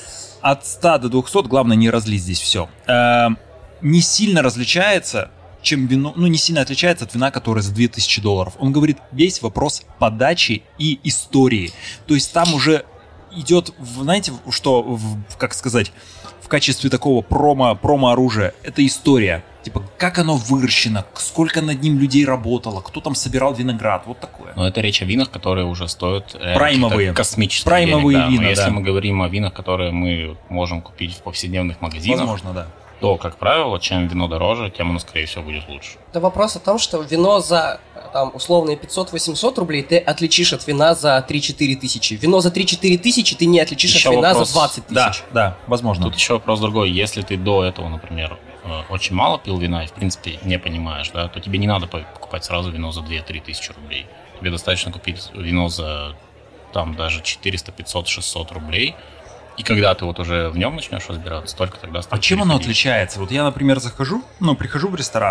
От ста до двухсот, главное, не разлить здесь все. Э, не сильно различается, чем вино, ну, не сильно отличается от вина, которое за две тысячи долларов. Он говорит, весь вопрос подачи и истории. То есть там уже идет, в- знаете, что, в- как сказать, в качестве такого промо, промо-оружия, это история. Типа, как оно выращено, сколько над ним людей работало, кто там собирал виноград, вот такое. Но это речь о винах, которые уже стоят э, Праймовые. каких-то космических Праймовые денег, да. вина, Но если да. мы говорим о винах, которые мы можем купить в повседневных магазинах, Возможно, да. то, как правило, чем вино дороже, тем оно, скорее всего, будет лучше. Это вопрос о том, что вино за там, условные пятьсот-восемьсот рублей ты отличишь от вина за три-четыре тысячи. Вино за три-четыре тысячи ты не отличишь Еще от вина вопрос- за двадцать Да, тысяч. да, возможно. Тут еще вопрос другой. Если ты до этого, например, э, очень мало пил вина и, в принципе, не понимаешь, да, то тебе не надо покупать сразу вино за две-три тысячи рублей. Тебе достаточно купить вино за там даже четыреста, пятьсот, шестьсот рублей. И когда ты вот уже в нем начнешь разбираться, только тогда А стоит чем оно переходить. отличается? Вот я, например, захожу, ну, прихожу в ресторан,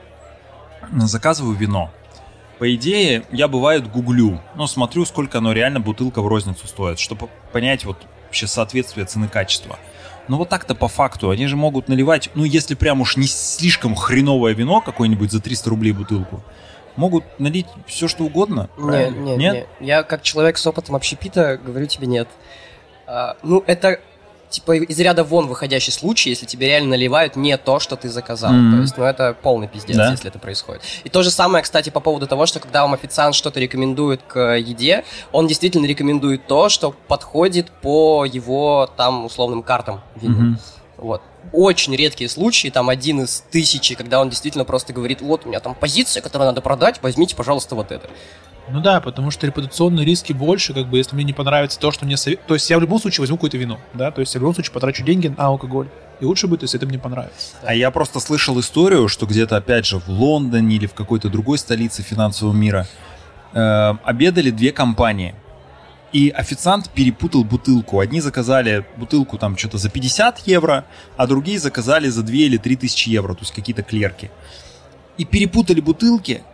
заказываю вино. По идее, я, бывает, гуглю, ну, смотрю, сколько оно реально бутылка в розницу стоит, чтобы понять вот вообще соответствие цены-качества. Но вот так-то по факту, они же могут наливать, ну, если прям уж не слишком хреновое вино какое-нибудь за триста рублей бутылку, могут налить все, что угодно. Не, правильно? не, Нет? не. Я как человек с опытом общепита говорю тебе нет. А, ну, это типа из ряда вон выходящий случай, если тебе реально наливают не то, что ты заказал. Мгм. То есть, ну, это полный пиздец, Да. если это происходит. И то же самое, кстати, по поводу того, что когда вам официант что-то рекомендует к еде, он действительно рекомендует то, что подходит по его там условным картам винным. Мгм. Вот. Очень редкие случаи, там один из тысячи, когда он действительно просто говорит, вот у меня там позиция, которую надо продать, возьмите, пожалуйста, вот это. Ну да, потому что репутационные риски больше, как бы, если мне не понравится то, что мне советуют. То есть я в любом случае возьму какое-то вино, да, то есть я в любом случае потрачу деньги на алкоголь. И лучше будет, если это мне понравится. А я просто слышал историю, что где-то, опять же, в Лондоне или в какой-то другой столице финансового мира э, обедали две компании. И официант перепутал бутылку. Одни заказали бутылку там что-то за пятьдесят евро, а другие заказали за две или три тысячи евро, то есть какие-то клерки. И перепутали бутылки,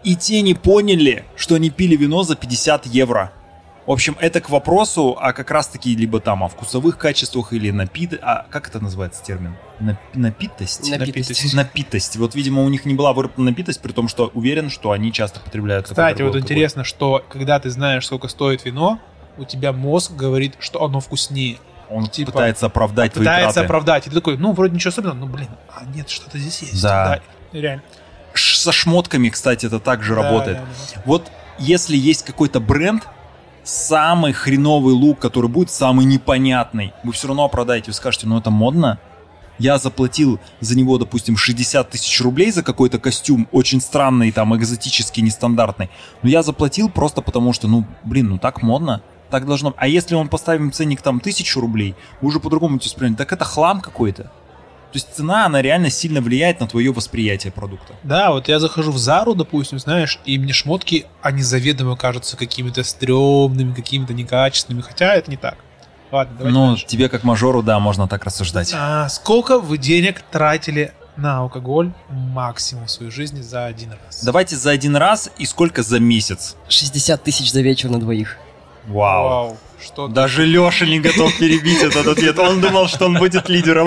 И те не поняли, что они пили вино за пятьдесят евро. В общем, это к вопросу о как раз-таки либо там о вкусовых качествах или напит... А как это называется термин? Нап... Напитость? Напитость. Напитость. Вот, видимо, у них не была выработана напитость, при том, что уверен, что они часто потребляют... Кстати, вот интересно, что когда ты знаешь, сколько стоит вино, у тебя мозг говорит, что оно вкуснее. Он типа, пытается оправдать твои пытается траты. оправдать. И ты такой, ну, вроде ничего особенного, ну, блин, а нет, что-то здесь есть. Да. да реально. Ш- Со шмотками, кстати, это также Да, работает. да, да. Вот если есть какой-то бренд, самый хреновый лук, который будет самый непонятный, вы все равно оправдаете, вы скажете, ну это модно. Я заплатил за него, допустим, шестьдесят тысяч рублей за какой-то костюм, очень странный, там, экзотический, нестандартный. Но я заплатил просто потому, что, ну, блин, ну так модно, так должно. А если он поставим ценник там тысячу рублей, вы уже по-другому будете воспринимать, так это хлам какой-то. То есть цена, она реально сильно влияет на твое восприятие продукта. Да, вот я захожу в Зару, допустим, знаешь, и мне шмотки, они заведомо кажутся какими-то стрёмными, какими-то некачественными, хотя это не так. Ладно, давайте Ну, дальше. тебе как мажору, да, можно так рассуждать. А, сколько вы денег тратили на алкоголь максимум в своей жизни за один раз? Давайте за один раз и сколько за месяц? шестьдесят тысяч за вечер на двоих. Вау. Вау. Что ты- Даже Леша не готов перебить этот ответ. Он думал, что он будет лидером.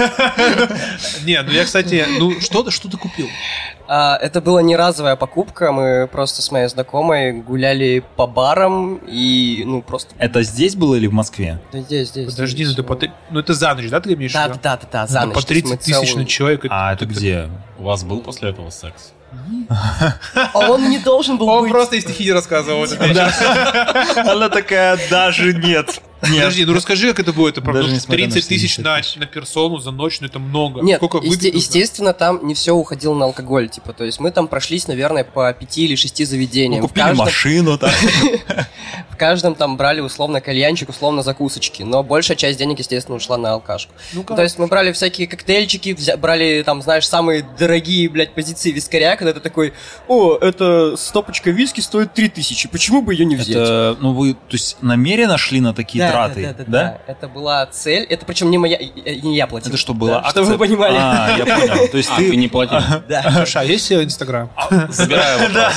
Не, ну я, кстати, ну что ты, что ты купил? А, это была не разовая покупка, мы просто с моей знакомой гуляли по барам и, ну, просто... Это здесь было или в Москве? Да здесь, здесь. Подожди, ну здесь. ты по три- ну это за ночь, да, ты имеешь в Да, виду? да, да, да, за Это ночь. по То есть мы тридцать тысяч целую- на человека. А это где? У вас был после этого секс? А он не должен был Он быть. просто из стихи рассказывал. Она такая, даже нет. Нет. Подожди, ну расскажи, как это будет. Это правда, Даже ну, несмотря на тридцать тысяч шестьдесят на, тысяч. на персону за ночь, ну это много. Нет, Сколько есте- выпить нужно? естественно, там не все уходило на алкоголь, типа, то есть мы там прошлись, наверное, по пяти или шести заведениям. Ну, В купили каждом- машину там. В каждом там брали условно кальянчик, условно закусочки, но большая часть денег, естественно, ушла на алкашку. Ну-ка. Ну, то есть мы брали всякие коктейльчики, взя- брали там, знаешь, самые дорогие, блядь, позиции вискаря, когда ты такой, о, эта стопочка виски стоит три тысячи, почему бы ее не взять? Это, ну вы, то есть намеренно шли на такие Да, траты, да, да, да, да? да. Это была цель, это причем не моя, и- не я платил. Это что было? Да, акция? чтобы вы понимали. А, я понял. То есть А, ты ты... не платил. Да. Слушай, а есть э, Инстаграм? Забираю вопрос.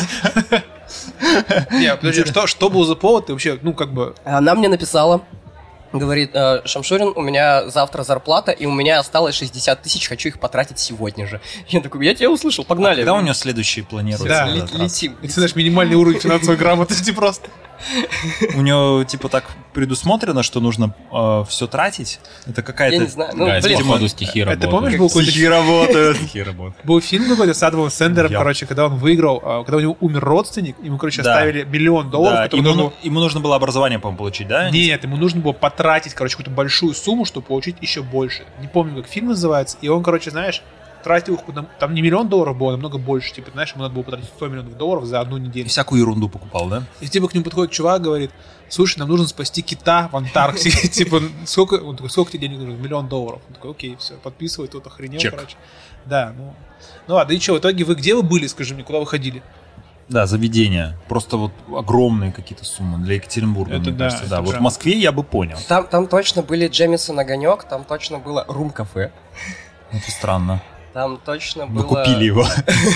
Нет, подожди, что, что был за повод? Ты вообще, ну, как бы... Она мне написала, говорит, «Э, Шамшурин, у меня завтра зарплата, и у меня осталось шестьдесят тысяч, хочу их потратить сегодня же. Я такой, я тебя услышал, погнали. Когда у него следующий планируется? Да. этот Лет- раз? летим. Это, знаешь, минимальный уровень финансовой грамотности просто. У него типа так предусмотрено, что нужно все тратить? Это Я какая-то... не знаю, ну, Гайс, блин, походу стихи это работают. помнишь, был какой-то Стихи работают. Стихи работают. Был фильм какой-то с Адамом Сэндлером, Я- короче, когда он выиграл, а, когда у него умер родственник, ему, короче, Да. оставили миллион долларов, Да, который ему, должен ну- ему нужно было образование, по-моему, получить, да? Нет, ему нужно было потратить, короче, какую-то большую сумму, чтобы получить еще больше. Не помню, как фильм называется. И он, короче, знаешь, тратил их, куда- там не миллион долларов было, а намного больше. Типа, знаешь, ему надо было потратить сто миллионов долларов за одну И неделю. всякую ерунду покупал, да? И типа к нему подходит чувак, говорит, слушай, нам нужно спасти кита в Антарктиде. Типа, сколько, он такой, сколько тебе денег нужно? Миллион долларов. Он такой, окей, все, подписывай, тут охренел, Чек. короче. Да, ну. Ну ладно, и что, в итоге вы где вы были, скажи мне, куда вы ходили? Да, заведения. Просто вот огромные какие-то суммы для Екатеринбурга, Это мне да, кажется. это Да, вот прям- в Москве я бы понял. Там, там точно были Джемисон огонек, там точно было рум-кафе, Это странно. там точно Вы было... купили его.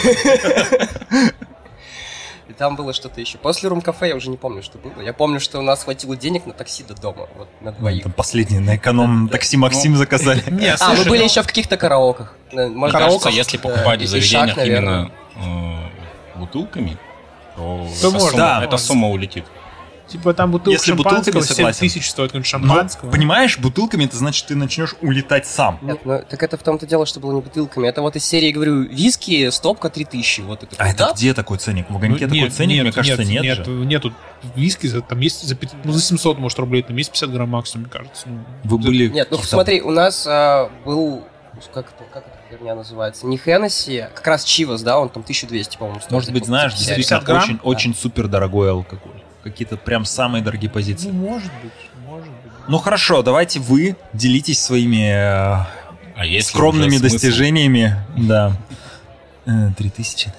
И там было что-то еще. После рум-кафе я уже не помню, что было. Я помню, что у нас хватило денег на такси до дома, вот, на двоих. Там последнее на эконом такси Максим заказали. Не, А, мы слушай, были ну, еще в каких-то караоках. Да, Мне может, кажется, караоках, если да, покупать и- в и шаг, заведениях наверное. именно э, бутылками, то То эта можно. сумма- Да. эта сумма улетит. Типа там бутылка Если бутылками шампанского семь согласен. тысяч стоит, какой-нибудь Но, шампанского. понимаешь, бутылками это значит, ты начнешь улетать сам. Нет, ну, так это в том-то дело, что было не бутылками. Это вот из серии, говорю, виски, стопка три тысячи. Вот это. А это где такой ценник? В огоньке Ну, такой нет, ценник, нет, мне кажется, нет, нет, же. нету виски, за- там есть за, пят- ну, за семьсот, может, рублей, там есть пятьдесят грамм максимум, мне кажется. Ну, Вы за- были... Нет, ну какие-то- смотри, у нас а, был... Как это, как эта херня называется? Не Хеннесси, а как раз Чивас, да, он там тысяча двести, по-моему, стоит. Может быть, знаешь, Типа, действительно пятьдесят грамм? очень, очень супер дорогой алкоголь. Какие-то прям самые дорогие Ну, позиции. может быть, может быть. Ну хорошо, давайте вы делитесь своими э, А если скромными уже смысл- достижениями. Да. Э, Три тысячи.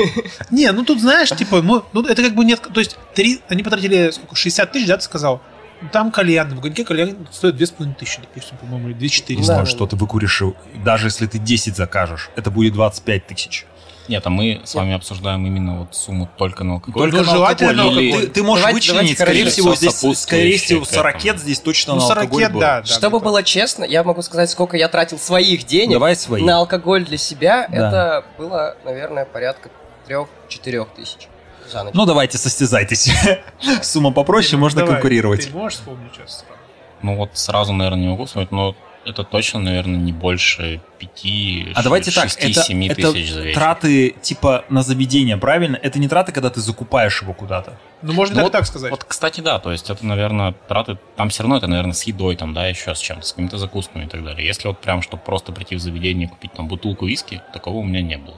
Не, ну тут знаешь, типа, ну, ну, это как бы нет, то есть три, они потратили сколько, шестьдесят тысяч, да, ты сказал? Там кальян, в огоньке кальян стоит две тысячи пятьсот, допустим, по-моему, или две тысячи четыреста. Не знаю, что ты выкуришь, даже если ты десять закажешь, это будет двадцать пять тысяч. Нет, а мы с вами обсуждаем именно вот сумму только на алкоголь. Только желательно алкоголь. алкоголь. Ты, ты можешь Давайте- вычленить, давайте, скорее короче, всего, всё здесь, скорее всего, сопутствующее к сорок этому. здесь точно Ну, на сорок, алкоголь будет. да, да. Чтобы где-то. было честно, я могу сказать, сколько я тратил своих денег Давай свои. на алкоголь для себя. Да. Это было, наверное, порядка трех-четырех тысяч за ночь. Ну, давайте состязайтесь. Сумма попроще, Ну, можно давай, конкурировать. Ты можешь вспомнить сейчас? Ну вот сразу, наверное, не могу вспомнить, но это точно, наверное, не больше пяти, А давайте так, это, шести-семи это тысяч за вечер. траты типа на заведение, правильно? Это не траты, когда ты закупаешь его куда-то. Ну, можно Ну так, вот- так сказать. Вот, кстати, да, то есть это, наверное, траты, там все равно это, наверное, с едой, там, да, еще с чем-то, с какими-то закусками и так далее. Если вот прям, чтобы просто прийти в заведение и купить там бутылку виски, такого у меня не было.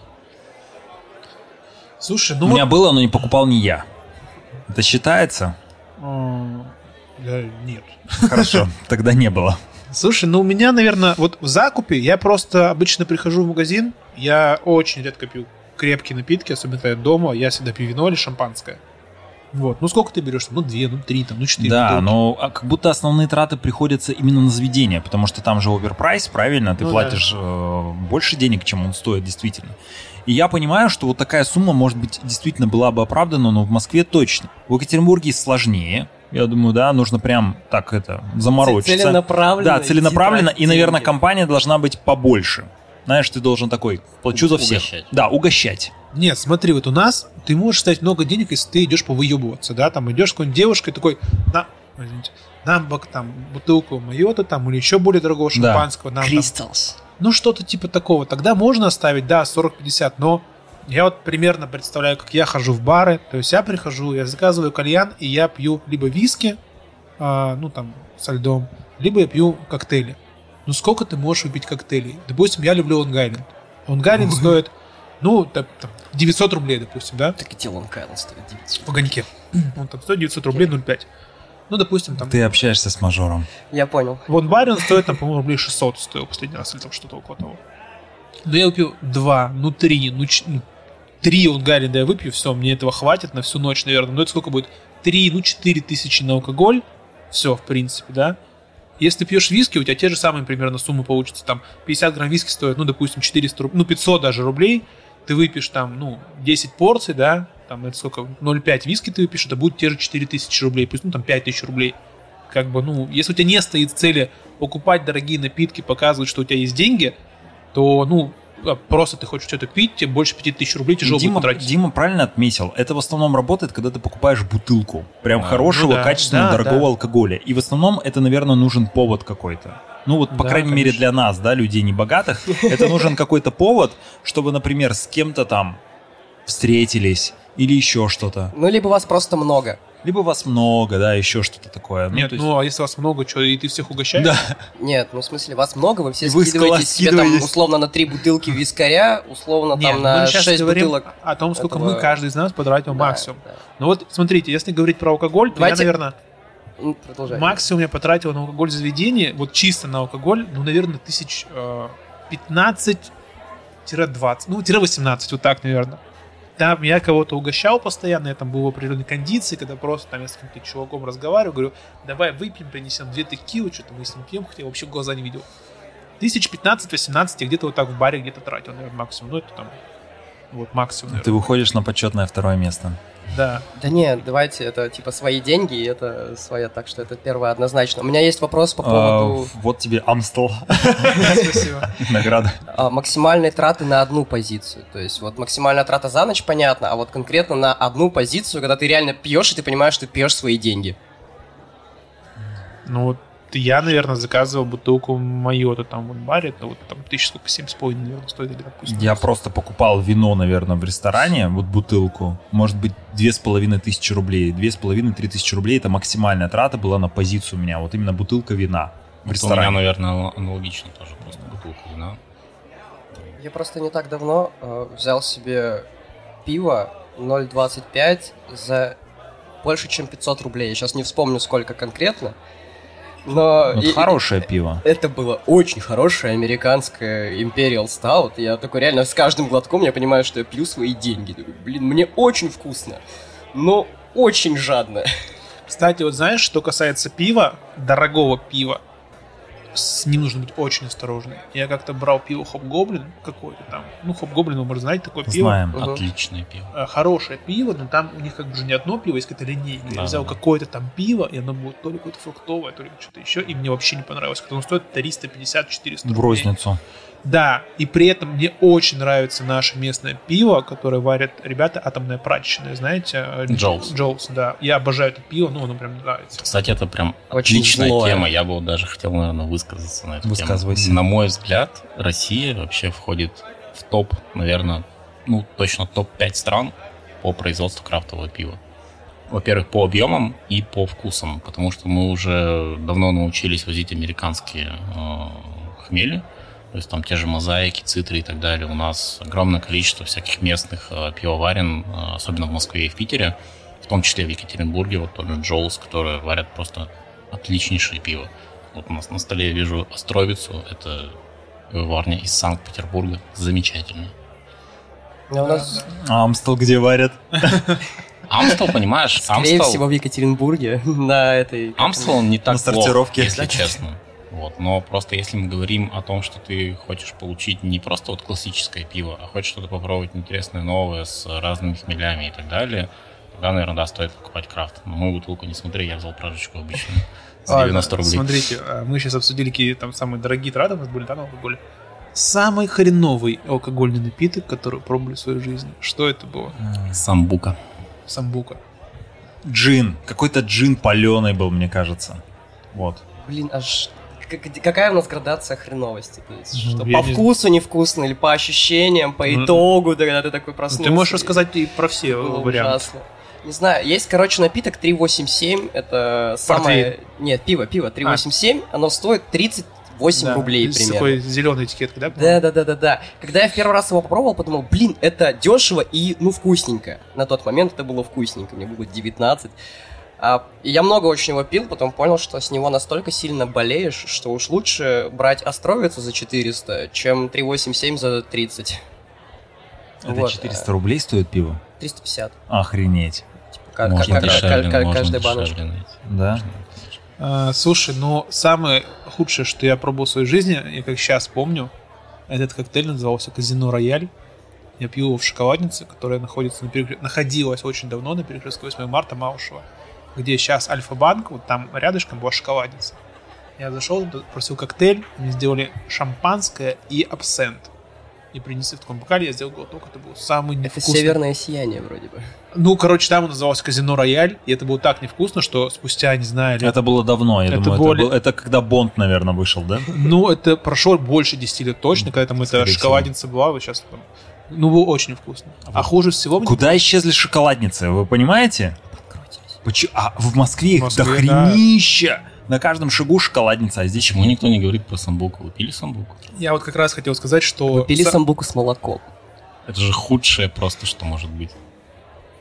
Слушай, У ну меня вот... было, но не покупал не я. Это считается? м, да, нет. Хорошо, тогда не было. Слушай, ну у меня, наверное, вот в закупе я просто обычно прихожу в магазин, я очень редко пью крепкие напитки, особенно когда я дома, я всегда пью вино или шампанское. Вот, ну сколько ты берешь? Ну две, ну три, там, ну четыре. Да, бутылки. но а как будто основные траты приходятся именно на заведение, потому что там же оверпрайс, правильно? Ты Ну платишь э, больше денег, чем он стоит действительно. И я понимаю, что вот такая сумма, может быть, действительно была бы оправдана, но в Москве точно. В Екатеринбурге сложнее. Я думаю, да, нужно прям так это заморочиться. Целенаправленно. Да, целенаправленно. идти И, наверное, тратить компания должна быть побольше. Знаешь, ты должен такой, плачу за всех. Угощать. Да, угощать. Нет, смотри, вот у нас ты можешь ставить много денег, если ты идешь повыебываться, да, там идешь с какой-нибудь девушкой такой, на, извините, нам бы там бутылку майота там или еще более дорогого Да. шампанского, нам там, Crystals. ну что-то типа такого, тогда можно оставить, да, сорок-пятьдесят, но я вот примерно представляю, как я хожу в бары, то есть я прихожу, я заказываю кальян, и я пью либо виски, а, ну там, со льдом, либо я пью коктейли. Ну сколько ты можешь выпить коктейлей? Допустим, я люблю Лонг-Айленд. Лонг-Айленд стоит, ну, там, там, девятьсот рублей, допустим, да, Так где Лонг Айленд стоит девятьсот? в огоньке. Он там стоит девятьсот рублей, ноль пять. Ну, допустим, там... Ты общаешься с мажором. Я понял. Вон баре он стоит, там, по-моему, рублей шестьсот стоил последний раз, или там что-то около того. Но я выпью два, ну три, ну, ч- ну три Лонг-Айленда я выпью, все, мне этого хватит на всю ночь, наверное. Ну, это сколько будет? Три, ну, четыре тысячи на алкоголь. Все, в принципе, да. Если ты пьешь виски, у тебя те же самые примерно суммы получатся. Там пятьдесят грамм виски стоит, ну, допустим, четыреста рублей, ну, пятьсот даже рублей. Ты выпьешь там, ну, десять порций, да, там, это сколько, ноль целых пять виски ты выпьешь, это будет те же четыре тысячи рублей, плюс, ну, там, пять тысяч рублей. Как бы, ну, если у тебя не стоит цели покупать дорогие напитки, показывать, что у тебя есть деньги, то, ну, просто ты хочешь что-то пить, тебе больше пяти тысяч рублей тяжело Дима, будет потратить. Дима правильно отметил. Это в основном работает, когда ты покупаешь бутылку. Прям Да. хорошего, Ну да, качественного, да, дорогого да. алкоголя. И в основном это, наверное, нужен повод какой-то. Ну вот, по Да, крайней мере, конечно. для нас, да, людей небогатых, это нужен какой-то повод, чтобы, например, с кем-то там встретились или еще что-то. Ну, либо вас просто много. Либо вас много, да, еще что-то такое. Ну, Нет, то есть- ну, а если вас много, что, и ты всех угощаешь? Да. Нет, ну в смысле, вас много, вы все И вы скидываете скла- себе там скидываетесь. условно на три бутылки вискаря, условно Нет, там мы на сейчас шесть говорим бутылок. о том, сколько этого- мы, каждый из нас, потратил Да, максимум. да. Ну вот, смотрите, если говорить про алкоголь, то Давайте- я, наверное, Ну, продолжай. максимум я потратил на алкоголь в заведении, вот чисто на алкоголь, ну, наверное, тысяч э, пятнадцать-двадцать, ну, тире восемнадцать, вот так, наверное. Там я кого-то угощал постоянно, я там был в определенной кондиции, когда просто там я с каким-то чуваком разговариваю, говорю, давай выпьем, принесем две текилы, что-то мы с ним пьем, хотя я вообще в глаза не видел. Тысяч пятнадцать-восемнадцать я где-то вот так в баре где-то тратил, наверное, максимум. Ну, это там, вот максимум, наверное. Ты выходишь на почетное второе место. Да. Да нет, давайте, это типа свои деньги, и это своя, так что это первое однозначно. У меня есть вопрос по поводу А, вот тебе Амстел. Спасибо. Награда. а, максимальной траты на одну позицию. То есть вот максимальная трата за ночь, понятно, а вот конкретно на одну позицию, когда ты реально пьешь, и ты понимаешь, что ты пьешь свои деньги. Ну, вот я, наверное, заказывал бутылку майота там в баре, это вот там тысяч сколько, семь с половиной, наверное, стоит, или, допустим. Я просто покупал вино, наверное, в ресторане, вот бутылку, может быть, две с половиной тысячи рублей. Две с половиной, три тысячи рублей — это максимальная трата была на позицию у меня, вот именно бутылка вина в Вот у меня, ресторане. наверное, аналогично тоже, просто бутылка вина. Я просто не так давно э, взял себе пиво ноль двадцать пять за больше, чем пятьсот рублей. Я сейчас не вспомню, сколько конкретно. Но Вот и- хорошее пиво. это было очень хорошее американское Imperial Stout. Я такой реально с каждым глотком я понимаю, что я пью свои деньги. Такой, блин, мне очень вкусно, но очень жадно. Кстати, вот знаешь, что касается пива, дорогого пива, с ним нужно быть очень осторожным. Я как-то брал пиво Hobgoblin какое-то там. Ну, Hobgoblin, вы, может, знаете, такое пиво. Знаем. Мгм. Отличное пиво. А, Хорошее пиво, но там у них как бы же не одно пиво, есть какая-то линейка. Я Да, взял да. какое-то там пиво, и оно было то ли какое-то фруктовое, то ли что-то еще, и мне вообще не понравилось. Как оно стоит триста пятьдесят - четыреста В рублей. розницу. Да, и при этом мне очень нравится наше местное пиво, которое варят ребята атомное прачечное, знаете? Джоулс. Джоулс, да. Я обожаю это пиво, ну, оно прям нравится. Кстати, это прям Очень отличная злое. тема. Я бы вот даже хотел, наверное, высказаться на эту Высказывайся. тему. На мой взгляд, Россия вообще входит в топ, наверное, ну, точно топ пять стран по производству крафтового пива. Во-первых, по объемам и по вкусам, потому что мы уже давно научились возить американские э, хмели. То есть там те же мозаики, цитры и так далее. У нас огромное количество всяких местных э, пивоварен, э, особенно в Москве и в Питере, в том числе в Екатеринбурге, вот тот же Джоулс, которые варят просто отличнейшее пиво. Вот у нас на столе я вижу Островицу, это пивоварня из Санкт-Петербурга, замечательная. А у нас, Амстел где варят? Амстел, понимаешь, скорее Амстел, всего, в Екатеринбурге на этой... Амстел он не так На плох, сортировке. если честно. Вот. Но просто если мы говорим о том, что ты хочешь получить не просто вот классическое пиво, а хочешь что-то попробовать интересное, новое, с разными хмелями и так далее, тогда, наверное, да, стоит покупать крафт. На мою бутылку не смотри, я взял пражечку обычную за девяносто рублей. Смотрите, а, мы сейчас обсудили, какие там самые дорогие траты у нас были, да, на алкоголь. Самый хреновый алкогольный напиток, который пробовали в своей жизни. Что это было? Самбука. Самбука. Джин. Какой-то джин паленый был, мне кажется. Вот. Блин, аж... как- Какая у нас градация хреновости? То есть, Ну, что я по не- вкусу невкусно, или по ощущениям, по Ну, итогу, когда ты такой Ну, проснулся. ты можешь и рассказать и про все было варианты. ужасно. Не знаю, есть, короче, напиток три восемь семь, это самое... Нет, пиво, пиво три восемь семь, оно стоит тридцать восемь Да, рублей с примерно. такой зеленой этикеткой, да? Да, да, да, да, да. Когда я в первый раз его попробовал, подумал, блин, это дешево и, ну, вкусненько. На тот момент это было вкусненько, мне было девятнадцать. А, и я много очень его пил, потом понял, что с него настолько сильно болеешь, что уж лучше брать Островицу за четыреста, чем три восемь семь за тридцать. Это Вот, четыреста рублей стоит пиво? триста пятьдесят. Охренеть. Как, Можно как- как- дешевле, как- можно каждая дешевле баночка. найти. Да? А, слушай, ну самое худшее, что я пробовал в своей жизни, я как сейчас помню, этот коктейль назывался Казино Рояль. Я пью его в шоколаднице, которая находится на перекрестке, находилась очень давно на перекрестке восьмого марта Малышева, где сейчас Альфа-банк, вот там рядышком была шоколадница. Я зашел, просил коктейль, мне сделали шампанское и абсент. И принесли в таком бокале, я сделал глоток, это был самый Это невкусный. северное сияние вроде бы. Ну, короче, там он назывался Казино Рояль, и это было так невкусно, что спустя, не знаю, лет... Это было давно, я Это думаю. более- Это, был- это когда Бонд, наверное, вышел, да? Ну, это прошло больше десяти лет точно, когда там эта Скорее шоколадница была, вот сейчас там... Ну, было очень вкусно. А хуже всего... мне- Куда исчезли шоколадницы, вы понимаете? Подкрутились. Почему? А в Москве их В Москве, дохренища! На каждом шагу шоколадница, а здесь Почему никто не говорит про самбуку? Вы пили самбуку? Я вот как раз хотел сказать, что... Пили са- самбуку с молоком. Это же худшее просто, что может быть.